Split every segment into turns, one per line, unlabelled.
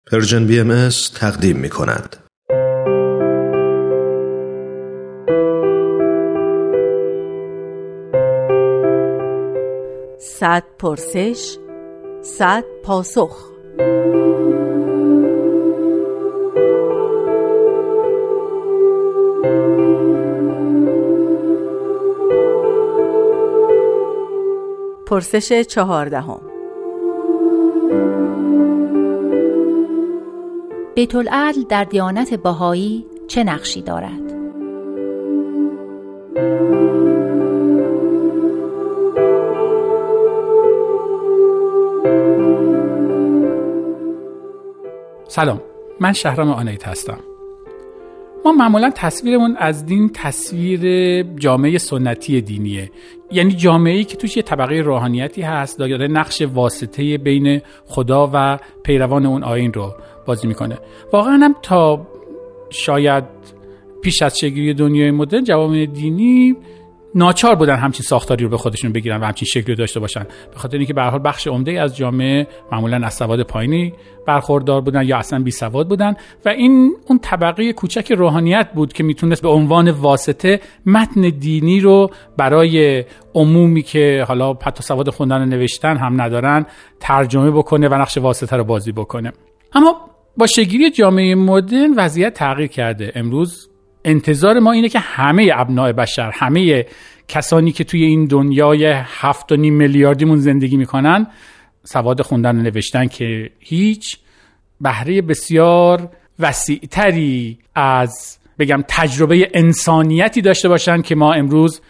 پرژن BMS تقدیم می کند.
صد پرسش، صد پاسخ. پرسش 14.
بیت‌العدل در دیانت بهایی چه نقشی دارد؟
سلام، من شهرام آنایت هستم. ما معمولا تصویرمون از دین تصویر جامعه سنتی دینیه، یعنی جامعه‌ای که توش یه طبقه روحانیتی هست داره نقش واسطه بین خدا و پیروان اون آیین رو بازی میکنه. واقعا هم تا شاید پیش از شکل‌گیری دنیای مدرن جوامع دینی ناچار بودن همچین ساختاری رو به خودشون بگیرن و همچین شکلی رو داشته باشن، به خاطر اینکه به هر حال بخش عمده از جامعه معمولا از سواد پایینی برخوردار بودن یا اصلا بی سواد بودن و این اون طبقه کوچک روحانیت بود که میتونست به عنوان واسطه متن دینی رو برای عمومی که حالا حتی سواد خوندن و نوشتن هم ندارن ترجمه بکنه و نقش واسطه رو بازی بکنه. اما با شکل‌گیری جامعه مدرن وضعیت تغییر کرده. امروز انتظار ما اینه که همه ابناء بشر، همه کسانی که توی این دنیای 7.5 میلیاردیمون زندگی میکنن سواد خوندن و نوشتن که هیچ، بهره بسیار وسیع‌تری از بگم تجربه انسانیتی داشته باشن که ما امروز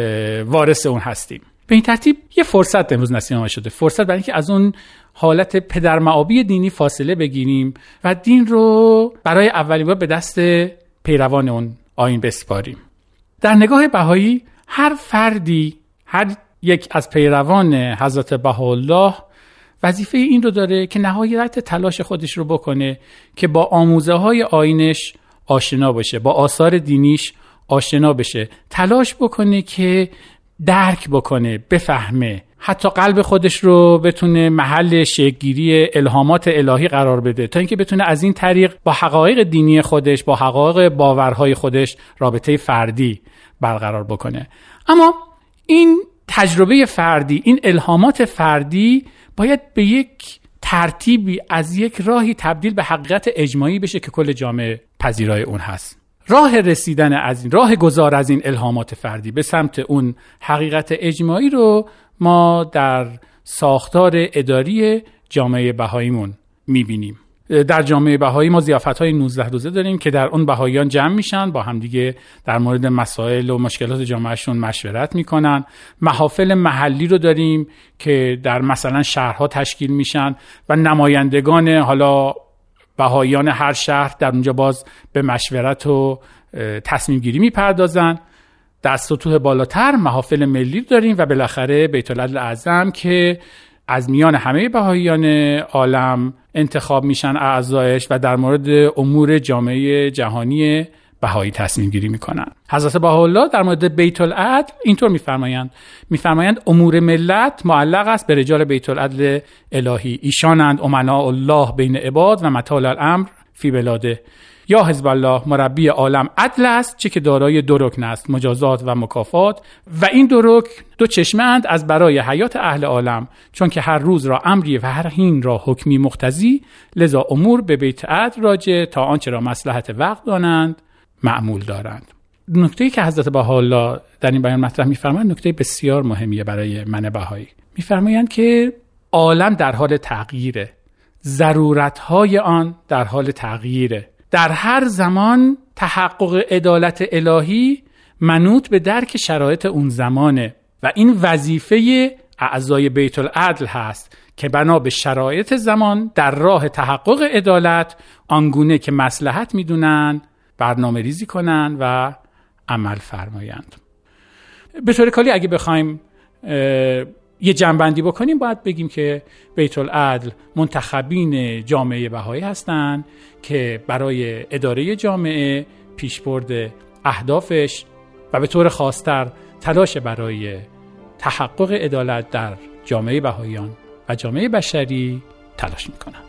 وارث اون هستیم. به این ترتیب یه فرصت امروز نصیب ما شده، فرصت برای اینکه از اون حالت پدرمعابی دینی فاصله بگیریم و دین رو برای اولین بار به دست پیروان اون آیین بسپاریم. در نگاه بهایی هر فردی، هر یک از پیروان حضرت بهاءالله وظیفه این رو داره که نهایت تلاش خودش رو بکنه که با آموزه های آیینش آشنا بشه، با آثار دینیش آشنا بشه، تلاش بکنه که درک بکنه، بفهمه، حتی قلب خودش رو بتونه محل شکل‌گیری الهامات الهی قرار بده تا اینکه بتونه از این طریق با حقایق دینی خودش، با حقایق باورهای خودش رابطه فردی برقرار بکنه. اما این تجربه فردی، این الهامات فردی باید به یک ترتیبی از یک راهی تبدیل به حقیقت اجماعی بشه که کل جامعه پذیرای اون هست. راه رسیدن از این، راه گذار از این الهامات فردی به سمت اون حقیقت اجماعی رو ما در ساختار اداری جامعه بهاییمون میبینیم. در جامعه بهایی ما ضیافت‌های 19 روزه داریم که در اون بهاییان جمع میشن، با همدیگه در مورد مسائل و مشکلات جامعهشون مشورت میکنن. محافل محلی رو داریم که در مثلا شهرها تشکیل میشن و نمایندگان حالا بهاییان هر شهر در اونجا باز به مشورت و تصمیم گیری میپردازن. در سطوح بالاتر محافل ملی داریم و بالاخره بیت‌العدل اعظم که از میان همه بهاییان عالم انتخاب میشن اعضایش و در مورد امور جامعه جهانی بهایی تصمیم گیری میکنن. حضرت بهاءالله در مورد بیت‌العدل اینطور میفرمایند امور ملت معلق است به رجال بیت‌العدل الهی، ایشانند امناء الله بین عباد و مطال الامر فی بلاده. یا حزب الله مربی عالم عدل است، چه که دارای دو رکن است، مجازات و مکافات، و این دو رکن دو چشمه اند از برای حیات اهل عالم، چون که هر روز را امری و هر حین را حکمی مقتضی، لذا امور به بیت عدل راجع تا آنچه را مصلحت وقت دانند معمول دارند. نکته‌ای که حضرت بهاءالله در این بیان مطرح می‌فرمایند نکته بسیار مهمیه برای من بهایی. می‌فرمایند که عالم در حال تغییره، ضرورت‌های آن در حال تغییره. در هر زمان تحقق عدالت الهی منوط به درک شرایط اون زمانه و این وظیفه اعضای بیت‌العدل هست که بنا به شرایط زمان در راه تحقق عدالت آنگونه که مصلحت میدونن برنامه ریزی کنن و عمل فرمایند. به طور کلی اگه بخوایم یه جنبندی بکنیم باید بگیم که بیت‌العدل منتخبین جامعه بهایی هستند که برای اداره جامعه پیشبرد اهدافش و به طور خاص‌تر تلاش برای تحقق عدالت در جامعه بهاییان و جامعه بشری تلاش میکنن.